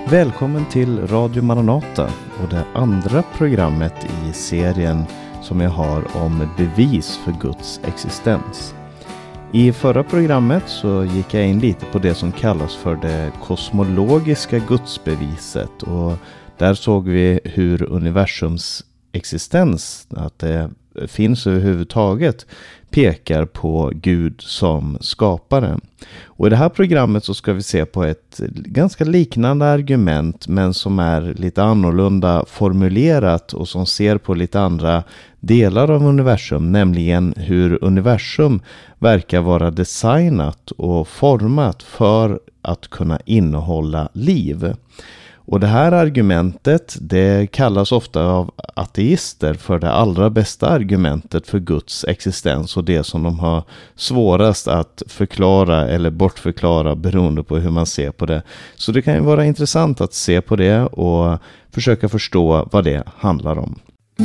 Välkommen till Radio Maranata och det andra programmet i serien som jag har om bevis för Guds existens. I förra programmet så gick jag in lite på det som kallas för det kosmologiska gudsbeviset, och där såg vi hur universums existens, att det finns överhuvudtaget, pekar på Gud som skapare. Och i det här programmet så ska vi se på ett ganska liknande argument, men som är lite annorlunda formulerat och som ser på lite andra delar av universum, nämligen hur universum verkar vara designat och format för att kunna innehålla liv. Och det här argumentet, det kallas ofta av ateister för det allra bästa argumentet för Guds existens, och det som de har svårast att förklara eller bortförklara beroende på hur man ser på det. Så det kan ju vara intressant att se på det och försöka förstå vad det handlar om.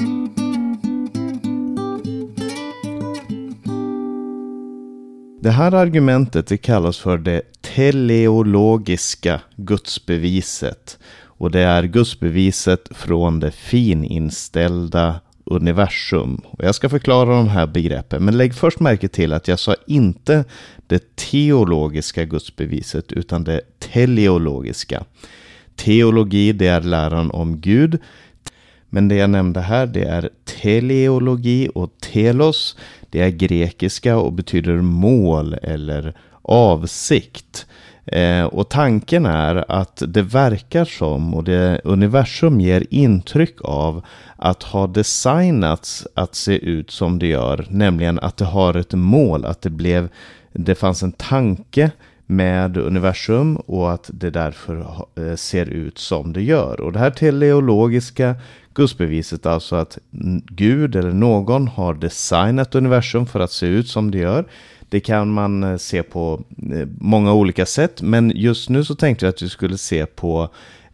Det här argumentet, det kallas för det teleologiska gudsbeviset, och det är gudsbeviset från det fininställda universum. Och jag ska förklara de här begreppen, men lägg först märke till att jag sa inte det teologiska gudsbeviset utan det teleologiska. Teologi, det är läran om Gud, men det jag nämnde här, det är teleologi, och telos, det är grekiska och betyder mål eller avsikt. Och tanken är att det verkar som, och det universum ger intryck av, att ha designats att se ut som det gör, nämligen att det har ett mål, att det fanns en tanke med universum och att det därför ser ut som det gör. Och det här teleologiska gudsbeviset, alltså att Gud eller någon har designat universum för att se ut som det gör, det kan man se på många olika sätt, men just nu så tänkte jag att vi skulle se på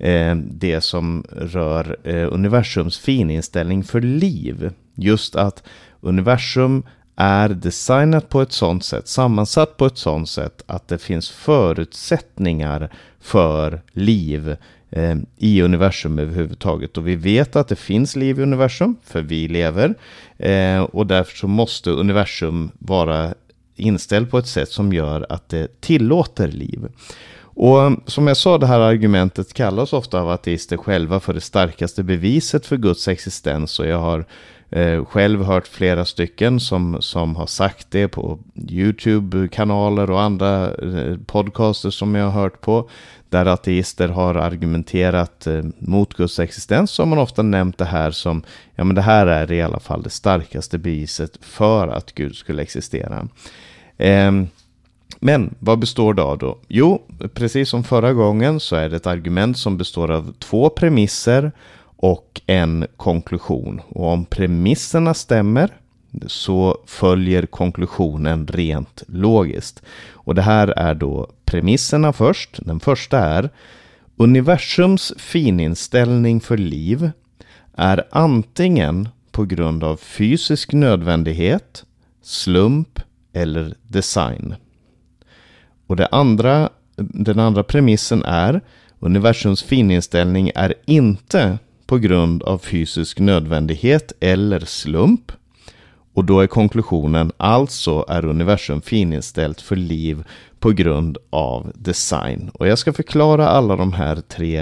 det som rör universums fininställning för liv. Just att universum är designat på ett sådant sätt, sammansatt på ett sådant sätt att det finns förutsättningar för liv i universum överhuvudtaget. Och vi vet att det finns liv i universum, för vi lever, och därför så måste universum vara inställd på ett sätt som gör att det tillåter liv. Och som jag sa, det här argumentet kallas ofta av ateister själva för det starkaste beviset för Guds existens, och jag har själv hört flera stycken som har sagt det på YouTube-kanaler och andra podcaster som jag har hört på, där ateister har argumenterat mot Guds existens, så har man ofta nämnt det här som, ja men det här är i alla fall det starkaste beviset för att Gud skulle existera. Men vad består det av då? Jo, precis som förra gången så är det ett argument som består av 2 premisser och en konklusion. Och om premisserna stämmer så följer konklusionen rent logiskt. Och det här är då premisserna först. Den första är: universums fininställning för liv är antingen på grund av fysisk nödvändighet, slump eller design. Och den andra premissen är: universums fininställning är inte på grund av fysisk nödvändighet eller slump. Och då är konklusionen: alltså är universum fininställt för liv på grund av design. Och jag ska förklara alla de här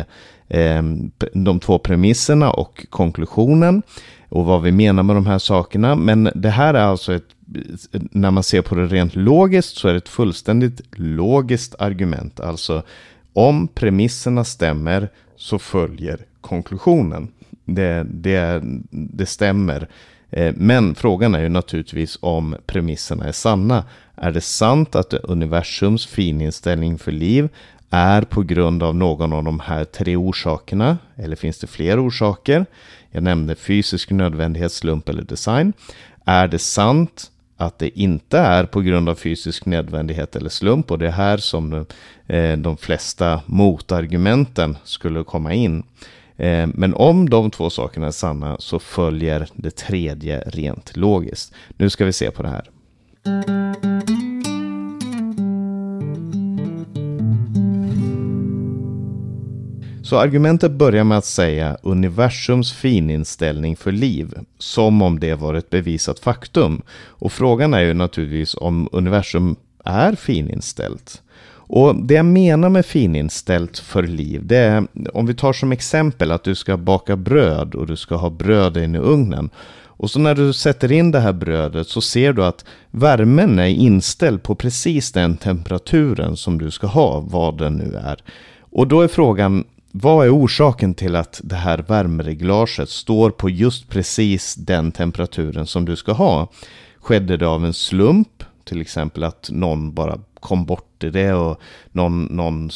de 2 premisserna och konklusionen och vad vi menar med de här sakerna. Men det här är alltså när man ser på det rent logiskt, så är det ett fullständigt logiskt argument. Alltså om premisserna stämmer så följer konklusionen. Det stämmer. Men frågan är ju naturligtvis om premisserna är sanna. Är det sant att universums fininställning för liv är på grund av någon av de här 3 orsakerna? Eller finns det fler orsaker? Jag nämnde fysisk nödvändighet, slump eller design. Är det sant att det inte är på grund av fysisk nödvändighet eller slump? Och det är här som de flesta motargumenten skulle komma in. Men om de 2 sakerna är sanna så följer det tredje rent logiskt. Nu ska vi se på det här. Så argumentet börjar med att säga universums fininställning för liv, som om det var ett bevisat faktum. Och frågan är ju naturligtvis om universum är fininställt. Och det jag menar med fininställt för liv, det är, om vi tar som exempel att du ska baka bröd och du ska ha bröd in i ugnen. Och så när du sätter in det här brödet så ser du att värmen är inställd på precis den temperaturen som du ska ha, vad den nu är. Och då är frågan, vad är orsaken till att det här värmereglaget står på just precis den temperaturen som du ska ha? Skedde det av en slump? Till exempel att någon bara kom bort i det och någon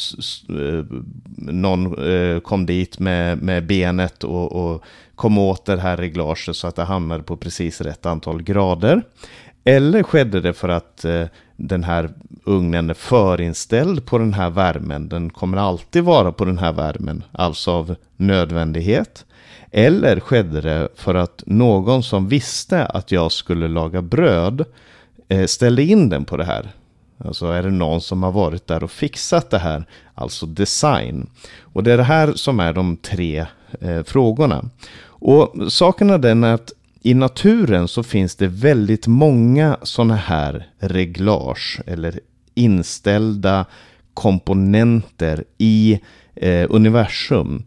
kom dit med benet och kom åt det här reglaget så att det hamnade på precis rätt antal grader. Eller skedde det för att den här ugnen är förinställd på den här värmen. Den kommer alltid vara på den här värmen, alltså av nödvändighet. Eller skedde det för att någon som visste att jag skulle laga bröd ställde in den på det här. Alltså är det någon som har varit där och fixat det här, alltså design. Och det är det här som är de tre frågorna. Och saken är den att i naturen så finns det väldigt många sådana här reglage eller inställda komponenter i universum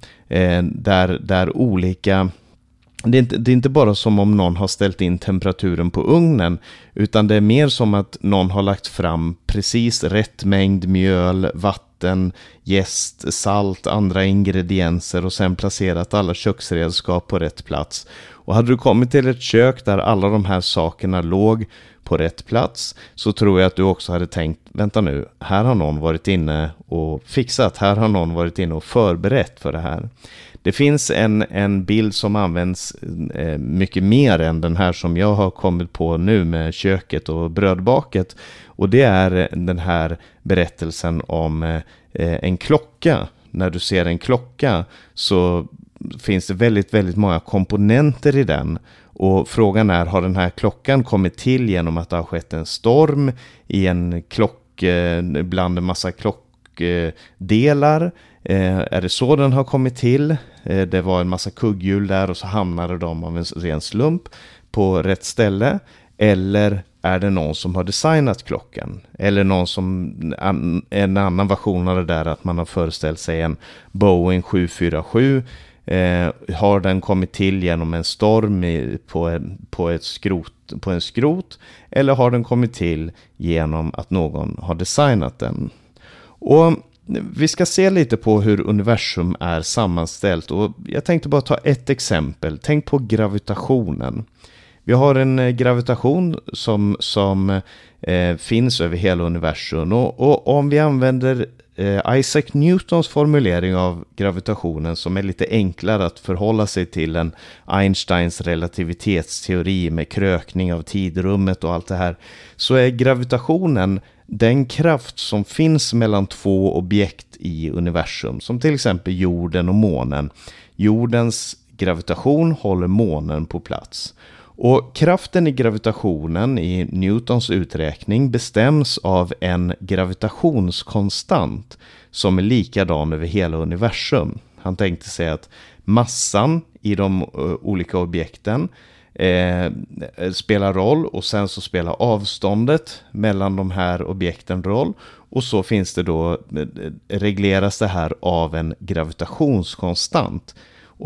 där olika. Det är inte bara som om någon har ställt in temperaturen på ugnen, utan det är mer som att någon har lagt fram precis rätt mängd mjöl, vatten, jäst, salt, andra ingredienser och sen placerat alla köksredskap på rätt plats. Och hade du kommit till ett kök där alla de här sakerna låg på rätt plats, så tror jag att du också hade tänkt, vänta nu, här har någon varit inne och fixat, här har någon varit inne och förberett för det här. Det finns en bild som används mycket mer än den här som jag har kommit på nu med köket och brödbaket. Och det är den här berättelsen om en klocka. När du ser en klocka så finns det väldigt, väldigt många komponenter i den. Och frågan är, har den här klockan kommit till genom att det har skett en storm i en bland en massa klockdelar? Är det så den har kommit till? Det var en massa kugghjul där och så hamnade de av en ren slump på rätt ställe. Eller är det någon som har designat klockan? Eller någon som, en annan version av det där, att man har föreställt sig en Boeing 747. Har den kommit till genom en storm på en skrot? Eller har den kommit till genom att någon har designat den? Och vi ska se lite på hur universum är sammanställt, och jag tänkte bara ta ett exempel. Tänk på gravitationen. Vi har en gravitation som finns över hela universum, och om vi använder Isaac Newtons formulering av gravitationen, som är lite enklare att förhålla sig till än Einsteins relativitetsteori med krökning av tidrummet och allt det här, så är gravitationen den kraft som finns mellan två objekt i universum, som till exempel jorden och månen. Jordens gravitation håller månen på plats. Och kraften i gravitationen i Newtons uträkning bestäms av en gravitationskonstant som är likadan över hela universum. Han tänkte sig att massan i de olika objekten spelar roll, och sen så spelar avståndet mellan de här objekten roll, och så finns det då, regleras det här av en gravitationskonstant. Och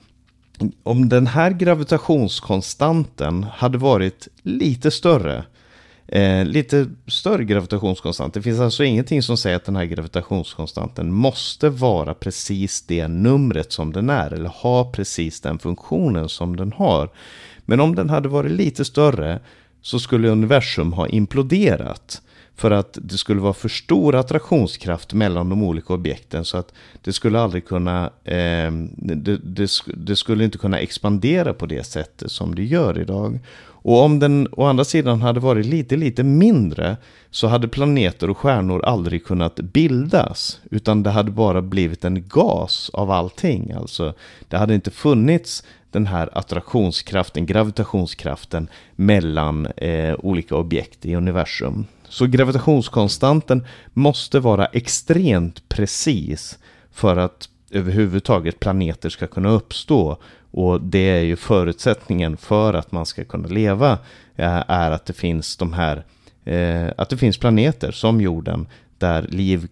om den här gravitationskonstanten hade varit lite större gravitationskonstant, det finns alltså ingenting som säger att den här gravitationskonstanten måste vara precis det numret som den är, eller ha precis den funktionen som den har. Men om den hade varit lite större så skulle universum ha imploderat, för att det skulle vara för stor attraktionskraft mellan de olika objekten, så att det skulle aldrig kunna det skulle inte kunna expandera på det sättet som det gör idag. Och om den å andra sidan hade varit lite mindre, så hade planeter och stjärnor aldrig kunnat bildas, utan det hade bara blivit en gas av allting. Alltså det hade inte funnits den här attraktionskraften, gravitationskraften mellan olika objekt i universum. Så gravitationskonstanten måste vara extremt precis för att överhuvudtaget planeter ska kunna uppstå. Och det är ju förutsättningen för att man ska kunna leva, är att det finns att det finns planeter som jorden där liv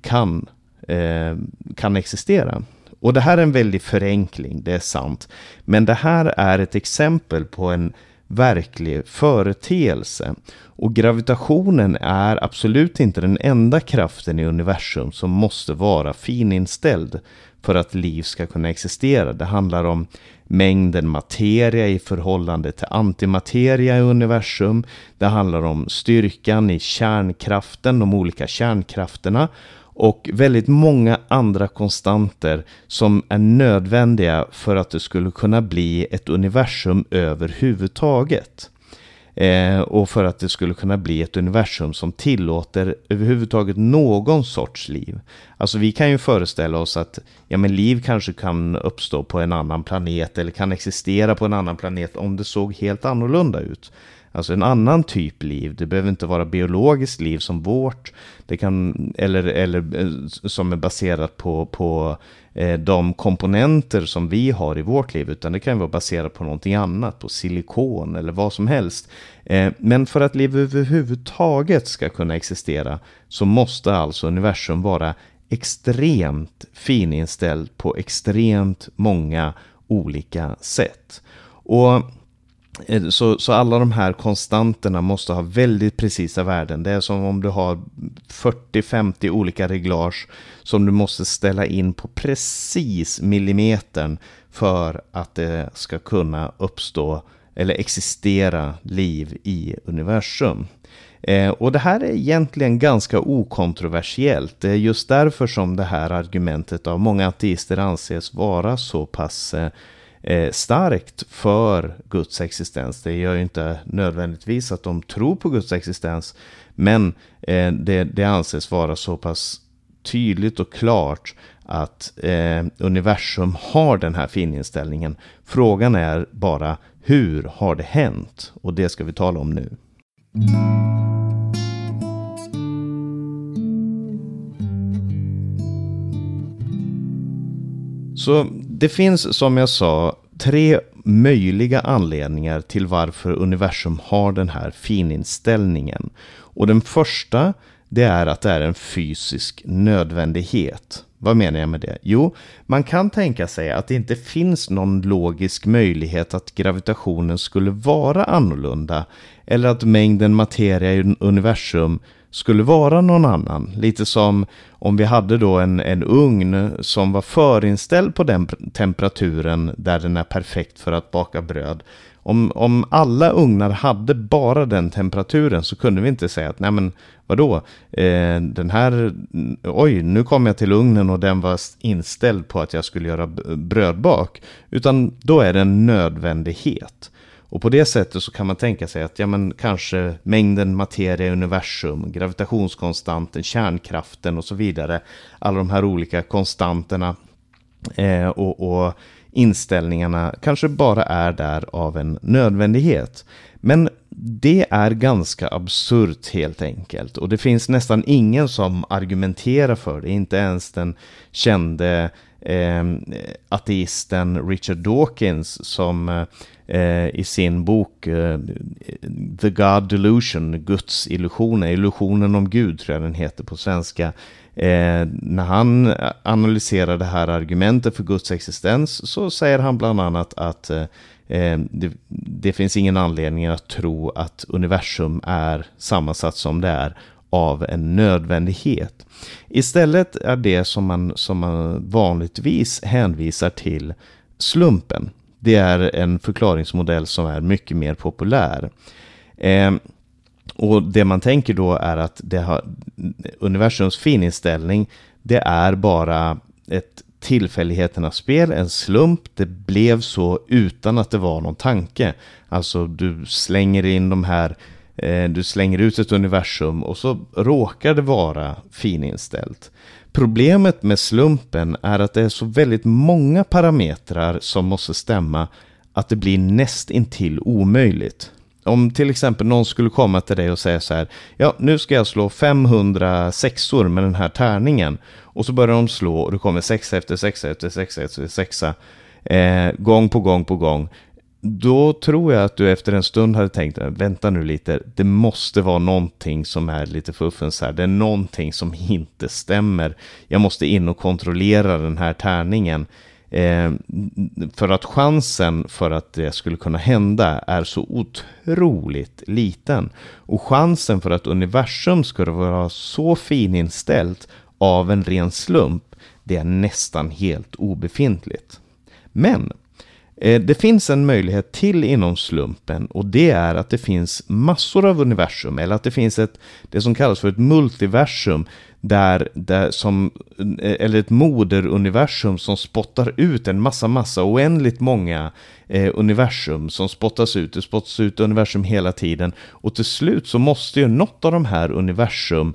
kan existera. Och det här är en väldig förenkling, det är sant. Men det här är ett exempel på en verklig företeelse. Och gravitationen är absolut inte den enda kraften i universum som måste vara fininställd för att liv ska kunna existera. Det handlar om mängden materia i förhållande till antimateria i universum. Det handlar om styrkan i kärnkraften, de olika kärnkrafterna. Och väldigt många andra konstanter som är nödvändiga för att det skulle kunna bli ett universum överhuvudtaget. Och för att det skulle kunna bli ett universum som tillåter överhuvudtaget någon sorts liv. Alltså vi kan ju föreställa oss att liv kanske kan uppstå på en annan planet eller kan existera på en annan planet om det såg helt annorlunda ut. Alltså en annan typ liv. Det behöver inte vara biologiskt liv som vårt. Det kan, eller som är baserat på de komponenter som vi har i vårt liv. Utan det kan vara baserat på någonting annat. På silikon eller vad som helst. Men för att liv överhuvudtaget ska kunna existera så måste alltså universum vara extremt fininställd på extremt många olika sätt. Och så alla de här konstanterna måste ha väldigt precisa värden. Det är som om du har 40-50 olika reglage som du måste ställa in på precis millimetern för att det ska kunna uppstå eller existera liv i universum. Och det här är egentligen ganska okontroversiellt. Det är just därför som det här argumentet av många ateister anses vara så pass starkt för Guds existens. Det gör ju inte nödvändigtvis att de tror på Guds existens, men det anses vara så pass tydligt och klart att universum har den här fininställningen. Frågan är bara, hur har det hänt? Och det ska vi tala om nu. Så det finns, som jag sa, 3 möjliga anledningar till varför universum har den här fininställningen. Och den första, det är att det är en fysisk nödvändighet. Vad menar jag med det? Jo, man kan tänka sig att det inte finns någon logisk möjlighet att gravitationen skulle vara annorlunda, eller att mängden materia i universum skulle vara någon annan. Lite som om vi hade då en ugn som var förinställd på den temperaturen där den är perfekt för att baka bröd. Om alla ugnar hade bara den temperaturen så kunde vi inte säga att nej men vadå, nu kom jag till ugnen och den var inställd på att jag skulle göra brödbak. Utan då är det en nödvändighet. Och på det sättet så kan man tänka sig att kanske mängden materia i universum, gravitationskonstanten, kärnkraften och så vidare, alla de här olika konstanterna och inställningarna kanske bara är där av en nödvändighet. Men det är ganska absurt helt enkelt. Och det finns nästan ingen som argumenterar för det. Inte ens den kände ateisten Richard Dawkins som i sin bok The God Delusion, Guds illusionen om Gud tror jag den heter på svenska. När han analyserar det här argumentet för Guds existens så säger han bland annat att det finns ingen anledning att tro att universum är sammansatt som det är av en nödvändighet. Istället är det som man vanligtvis hänvisar till slumpen. Det är en förklaringsmodell som är mycket mer populär. Och det man tänker då är att universums fininställning, det är bara ett tillfälligheternas spel, en slump. Det blev så utan att det var någon tanke. Alltså du slänger ut ett universum och så råkar det vara fininställt. Problemet med slumpen är att det är så väldigt många parametrar som måste stämma att det blir näst intill omöjligt. om till exempel någon skulle komma till dig och säga så här: ja, nu ska jag slå 500 sexor med den här tärningen. Och så börjar de slå och det kommer sexa efter sexa efter sexa efter sexa. Gång på gång på gång. Då tror jag att du efter en stund hade tänkt: vänta nu lite, det måste vara någonting som är lite fuffens här. Det är någonting som inte stämmer. Jag måste in och kontrollera den här tärningen. För att chansen för att det skulle kunna hända är så otroligt liten. Och chansen för att universum skulle vara så fininställt av en ren slump, det är nästan helt obefintligt. Men det finns en möjlighet till inom slumpen, och det är att det finns massor av universum, eller att det finns det som kallas för ett multiversum, eller ett moderuniversum som spottar ut en massa oändligt många universum som spottas ut. Det spottas ut universum hela tiden, och till slut så måste ju något av de här universum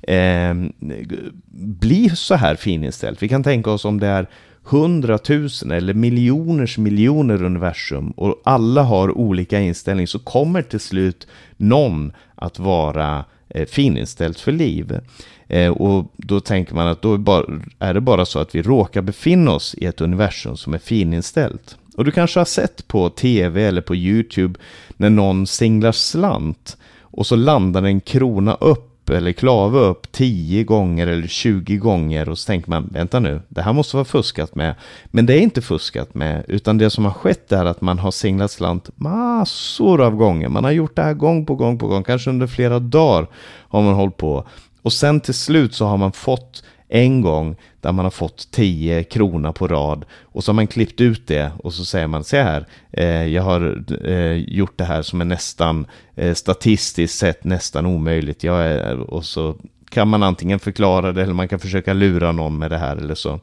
bli så här fininställt. Vi kan tänka oss om det är 100 000 eller miljoner universum och alla har olika inställning, så kommer till slut någon att vara fininställt för liv. Och då tänker man att då är det bara så att vi råkar befinna oss i ett universum som är fininställt. Och du kanske har sett på tv eller på YouTube när någon singlar slant och så landar en krona upp eller klave upp 10 gånger eller 20 gånger, och så tänker man: vänta nu, det här måste vara fuskat med. Men det är inte fuskat med, utan det som har skett är att man har singlat slant massor av gånger. Man har gjort det här gång på gång, kanske under flera dagar har man hållit på. Och sen till slut så har man fått en gång där man har fått 10 kronor på rad, och så har man klippt ut det och så säger man: se här, jag har gjort det här som är nästan statistiskt sett nästan omöjligt. Och så kan man antingen förklara det eller man kan försöka lura någon med det här eller så.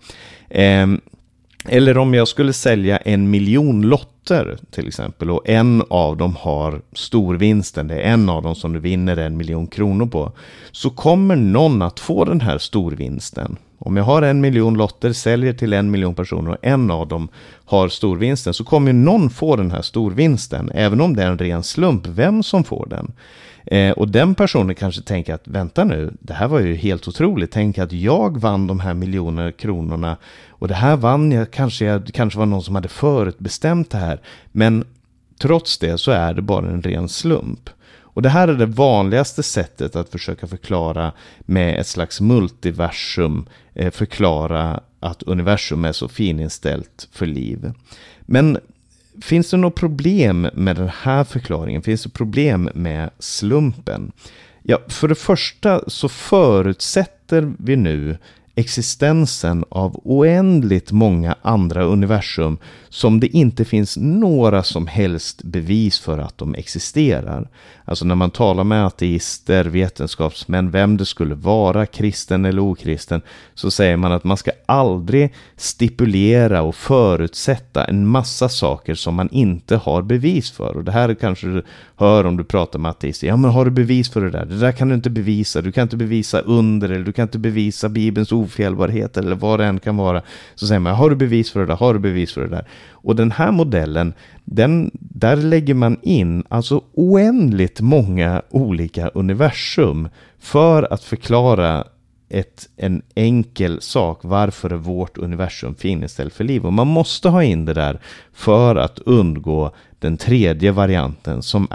Eller om jag skulle sälja 1 miljon lotter till exempel, och en av dem har storvinsten, det är en av dem som du vinner 1 miljon kronor på, så kommer någon att få den här storvinsten. Om jag har 1 miljon lotter, säljer till 1 miljon personer och en av dem har storvinsten, så kommer någon få den här storvinsten, även om det är en ren slump vem som får den. Och den personen kanske tänker att vänta nu, det här var ju helt otroligt. Tänk att jag vann de här miljoner kronorna, och det här vann jag kanske var någon som hade förutbestämt det här. Men trots det så är det bara en ren slump. Och det här är det vanligaste sättet att försöka förklara med ett slags multiversum, förklara att universum är så fininställt för liv. Men finns det något problem med den här förklaringen? Finns det problem med slumpen? Ja, för det första så förutsätter vi nu existensen av oändligt många andra universum som det inte finns några som helst bevis för att de existerar. Alltså när man talar med ateister, vetenskapsmän, vem det skulle vara, kristen eller okristen, så säger man att man ska aldrig stipulera och förutsätta en massa saker som man inte har bevis för. Och det här kanske du hör om du pratar med ateister. Ja, men har du bevis för det där? Det där kan du inte bevisa. Du kan inte bevisa under, eller du kan inte bevisa Bibelns ofelbarhet eller vad det än kan vara. Så säger man: har du bevis för det där? Har du bevis för det där? Och den här modellen, där lägger man in alltså oändligt många olika universum för att förklara en enkel sak: varför är vårt universum fininställt för liv? Och man måste ha in det där för att undgå den tredje varianten som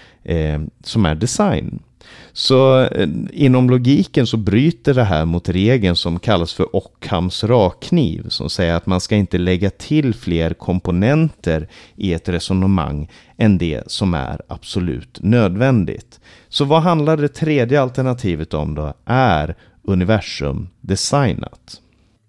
är design. Så inom logiken så bryter det här mot regeln som kallas för Ockhams rakkniv, som säger att man ska inte lägga till fler komponenter i ett resonemang än det som är absolut nödvändigt. Så vad handlar det tredje alternativet om då? Är universum designat?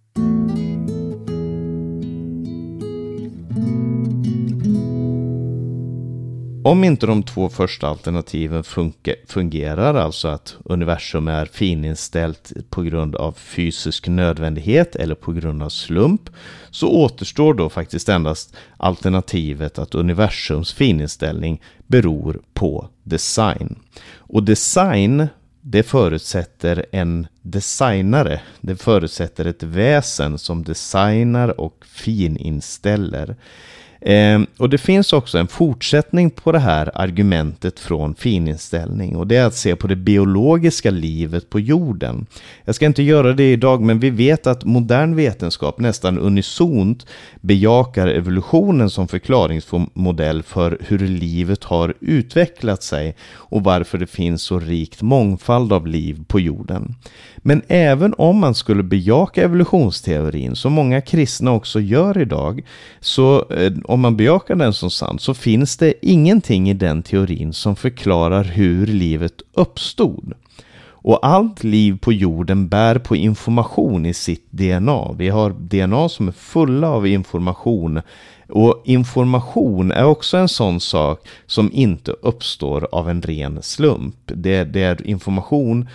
Om inte de två första alternativen fungerar, alltså att universum är fininställt på grund av fysisk nödvändighet eller på grund av slump, så återstår då faktiskt endast alternativet att universums fininställning beror på design. Och design, det förutsätter en designare. Det förutsätter ett väsen som designar och fininställer. Och det finns också en fortsättning på det här argumentet från fininställning, och det är att se på det biologiska livet på jorden. Jag ska inte göra det idag, men vi vet att modern vetenskap nästan unisont bejakar evolutionen som förklaringsmodell för hur livet har utvecklat sig och varför det finns så rikt mångfald av liv på jorden. Men även om man skulle bejaka evolutionsteorin, som många kristna också gör idag, så om man bejakar den som sann, så finns det ingenting i den teorin som förklarar hur livet uppstod. Och allt liv på jorden bär på information i sitt DNA. Vi har DNA som är fulla av information. Och information är också en sån sak som inte uppstår av en ren slump. Det är information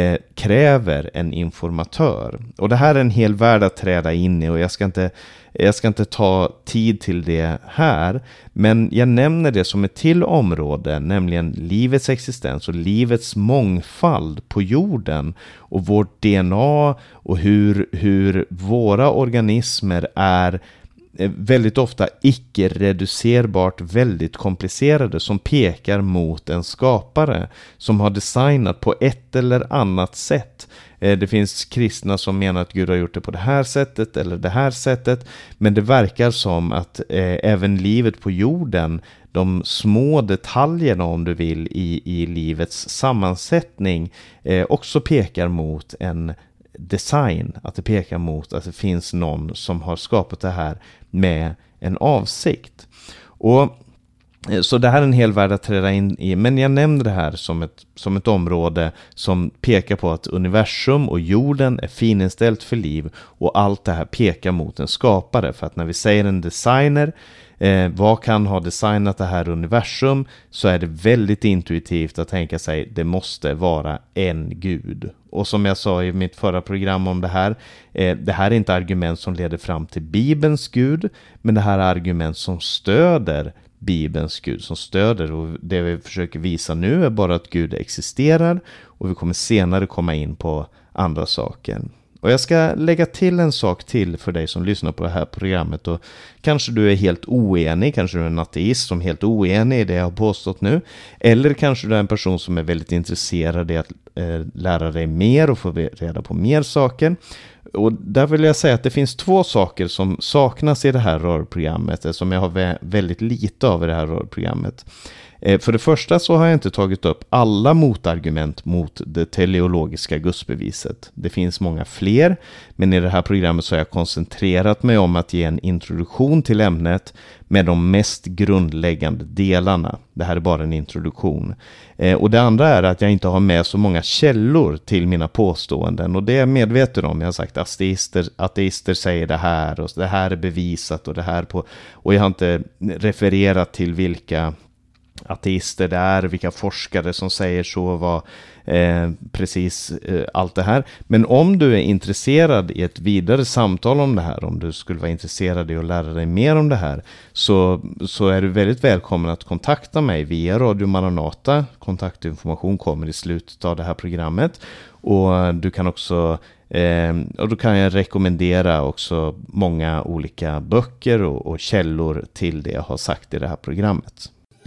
kräver en informatör. Och det här är en hel värld att träda in i, och jag ska inte ta tid till det här, men jag nämner det som ett till område, nämligen livets existens och livets mångfald på jorden och vårt DNA och hur våra organismer är väldigt ofta icke-reducerbart väldigt komplicerade, som pekar mot en skapare som har designat på ett eller annat sätt. Det finns kristna som menar att Gud har gjort det på det här sättet eller det här sättet, men det verkar som att även livet på jorden, de små detaljerna om du vill i livets sammansättning, också pekar mot en design, att det pekar mot att det finns någon som har skapat det här med en avsikt. Och så det här är en hel värld att träda in i, men jag nämner det här som ett område som pekar på att universum och jorden är fininställt för liv, och allt det här pekar mot en skapare. För att när vi säger en designer, vad kan ha designat det här universum, så är det väldigt intuitivt att tänka sig det måste vara en gud. Och som jag sa i mitt förra program om det här är inte argument som leder fram till Bibelns Gud, men det här är argument som stöder Bibelns Gud, som stöder, och det vi försöker visa nu är bara att Gud existerar, och vi kommer senare komma in på andra saker. Och jag ska lägga till en sak till för dig som lyssnar på det här programmet, och kanske du är helt oenig, kanske du är en ateist som är helt oenig i det jag har påstått nu, eller kanske du är en person som är väldigt intresserad i att lära dig mer och få reda på mer saker. Och där vill jag säga att det finns två saker som saknas i det här rörprogrammet, som jag har väldigt lite av i det här rörprogrammet. För det första så har jag inte tagit upp alla motargument mot det teleologiska gudsbeviset. Det finns många fler, men i det här programmet så har jag koncentrerat mig om att ge en introduktion till ämnet med de mest grundläggande delarna. Det här är bara en introduktion. Och det andra är att jag inte har med så många källor till mina påståenden, och det är jag medveten om. Jag har sagt ateister säger det här, och det här är bevisat, och det här på, och jag har inte refererat till vilka ateister det är, vilka forskare som säger så, allt det här. Men om du är intresserad i ett vidare samtal om det här, om du skulle vara intresserad i att lära dig mer om det här, så är du väldigt välkommen att kontakta mig via Radio Maranata. Kontaktinformation kommer i slutet av det här programmet, och du kan också och då kan jag rekommendera också många olika böcker och källor till det jag har sagt i det här programmet.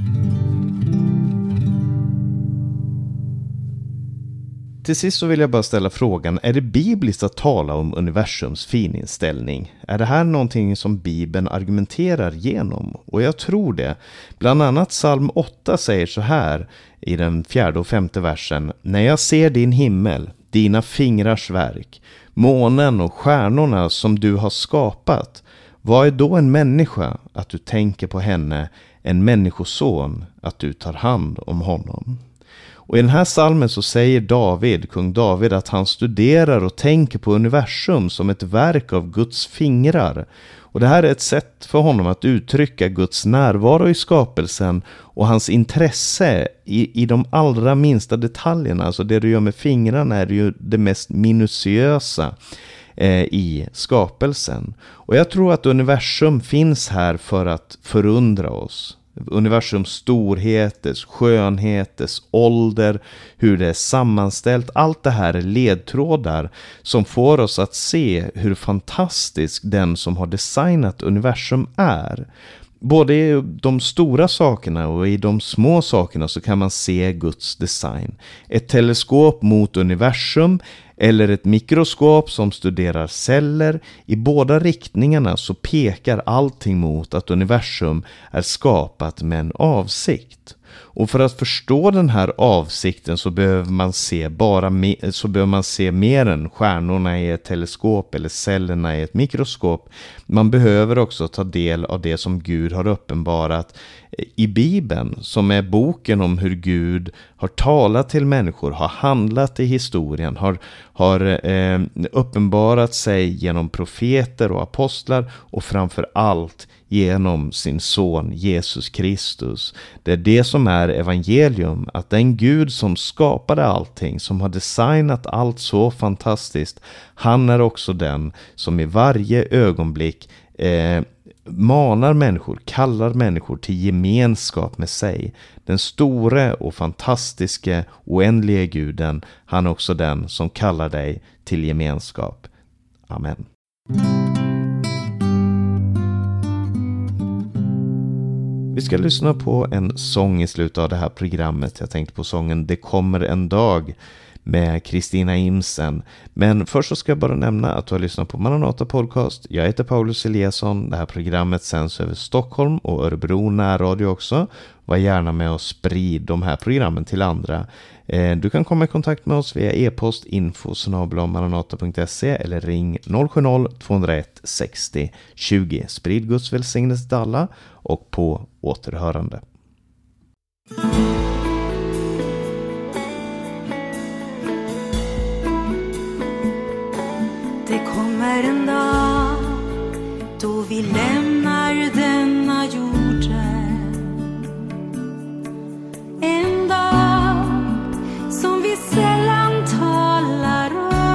Till sist så vill jag bara ställa frågan, är det bibliskt att tala om universums fininställning? Är det här någonting som Bibeln argumenterar genom? Och jag tror det. Bland annat psalm 8 säger så här i den 4:e och 5:e versen: när jag ser din himmel, dina fingrars verk, månen och stjärnorna som du har skapat, vad är då en människa att du tänker på henne, en människoson att du tar hand om honom? Och i den här psalmen så säger kung David, att han studerar och tänker på universum som ett verk av Guds fingrar. Och det här är ett sätt för honom att uttrycka Guds närvaro i skapelsen och hans intresse i de allra minsta detaljerna. Alltså det du gör med fingrarna är ju det mest minutiösa i skapelsen. Och jag tror att universum finns här för att förundra oss. Universums storhet, dess skönhet, dess ålder, hur det är sammanställt. Allt det här är ledtrådar som får oss att se hur fantastisk den som har designat universum är. Både i de stora sakerna och i de små sakerna så kan man se Guds design. Ett teleskop mot universum eller ett mikroskop som studerar celler. I båda riktningarna så pekar allting mot att universum är skapat med en avsikt. Och för att förstå den här avsikten så behöver man se mer än stjärnorna i ett teleskop eller cellerna i ett mikroskop. Man behöver också ta del av det som Gud har uppenbarat i Bibeln, som är boken om hur Gud har talat till människor, har handlat i historien, har uppenbarat sig genom profeter och apostlar och framför allt genom sin son Jesus Kristus. Det är det som är evangelium, att den Gud som skapade allting, som har designat allt så fantastiskt, han är också den som i varje ögonblick manar människor, kallar människor till gemenskap med sig. Den store och fantastiska oändliga Guden, han är också den som kallar dig till gemenskap. Amen. Vi ska lyssna på en sång i slutet av det här programmet. Jag tänkte på sången Det kommer en dag med Kristina Imsen. Men först så ska jag bara nämna att du har lyssnat på Maranata Podcast. Jag heter Paulus Eliasson. Det här programmet sänds över Stockholm och Örebro närradio också. Var gärna med och sprid de här programmen till andra. Du kan komma i kontakt med oss via e-post info@maranata.se eller ring 070-201 60 20. Sprid Guds välsignelse till alla och på återhörande. Det kommer en dag då vi lämnar denna jorden. En dag som vi sällan talar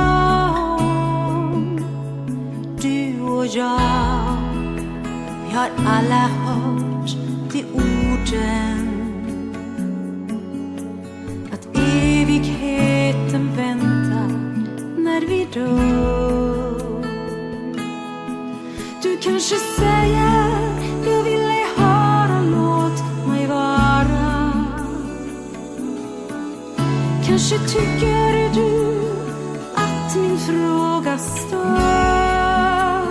om. Du och jag, vi har alla hört de orden. Att evigheten väntar när vi dör. Du kanske säger, jag vill ej höra, låt mig vara. Kanske tycker du att min fråga stör.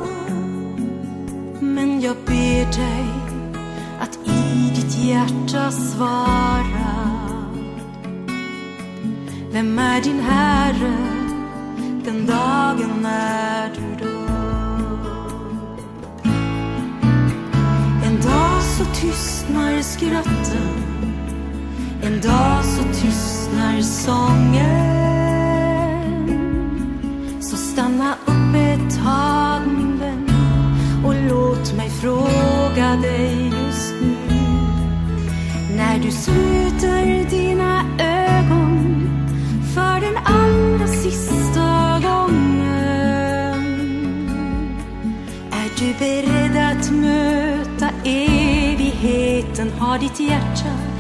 Men jag ber dig att i ditt hjärta svara. Vem är din Herre den dagen när du dör? En dag så tystnar skratten, en dag så tystnar sången. Så stanna upp ett tag min vän och låt mig fråga dig just nu. När du sluter dina ögon för den allra sista gången, är du beredd att möta evigheten? Har ditt hjärta